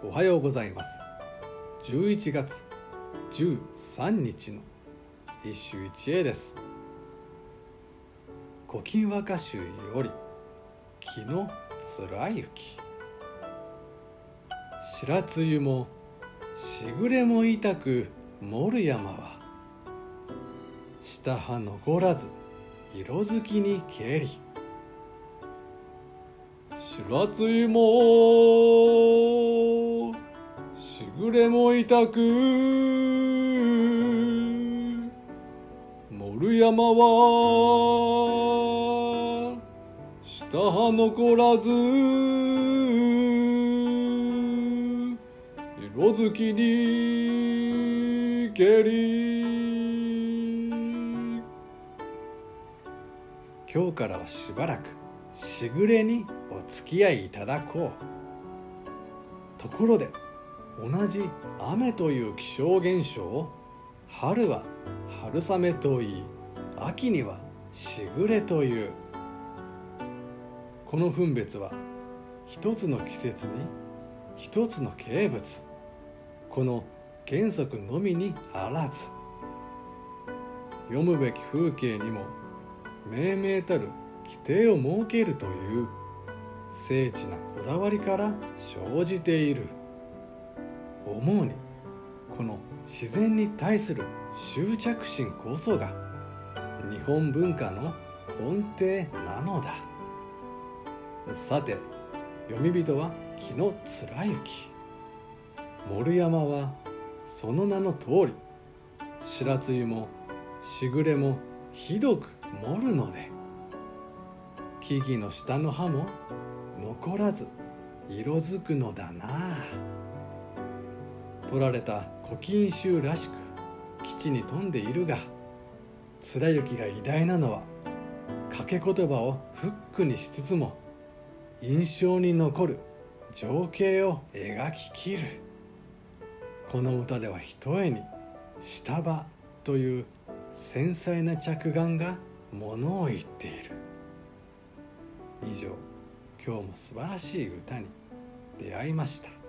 おはようございます。11月13日の一首一会です。古今和歌集より紀貫之。白露もしぐれも痛く盛る山は、下葉残らず色づきにけり。白露もしぐれも痛く盛る山は、下葉残らず色づきにけり。今日からはしばらくしぐれにお付き合いいただこう。ところで、同じ雨という気象現象を春は春雨と言い、秋にはしぐれという。この分別は一つの季節に一つの景物、この原則のみにあらず、読むべき風景にも明々たる規定を設けるという精緻なこだわりから生じている。思うにこの自然に対する執着心こそが日本文化の根底なのだ。さて、読み人は紀貫之。盛る山はその名の通り、白露もしぐれもひどく盛るので、木々の下の葉も残らず色づくのだな。取られた古今集らしく基地に富んでいるが、貫之が偉大なのは掛け言葉をフックにしつつも印象に残る情景を描ききる。この歌ではひとえに下葉という繊細な着眼がものを言っている。以上、今日も素晴らしい歌に出会いました。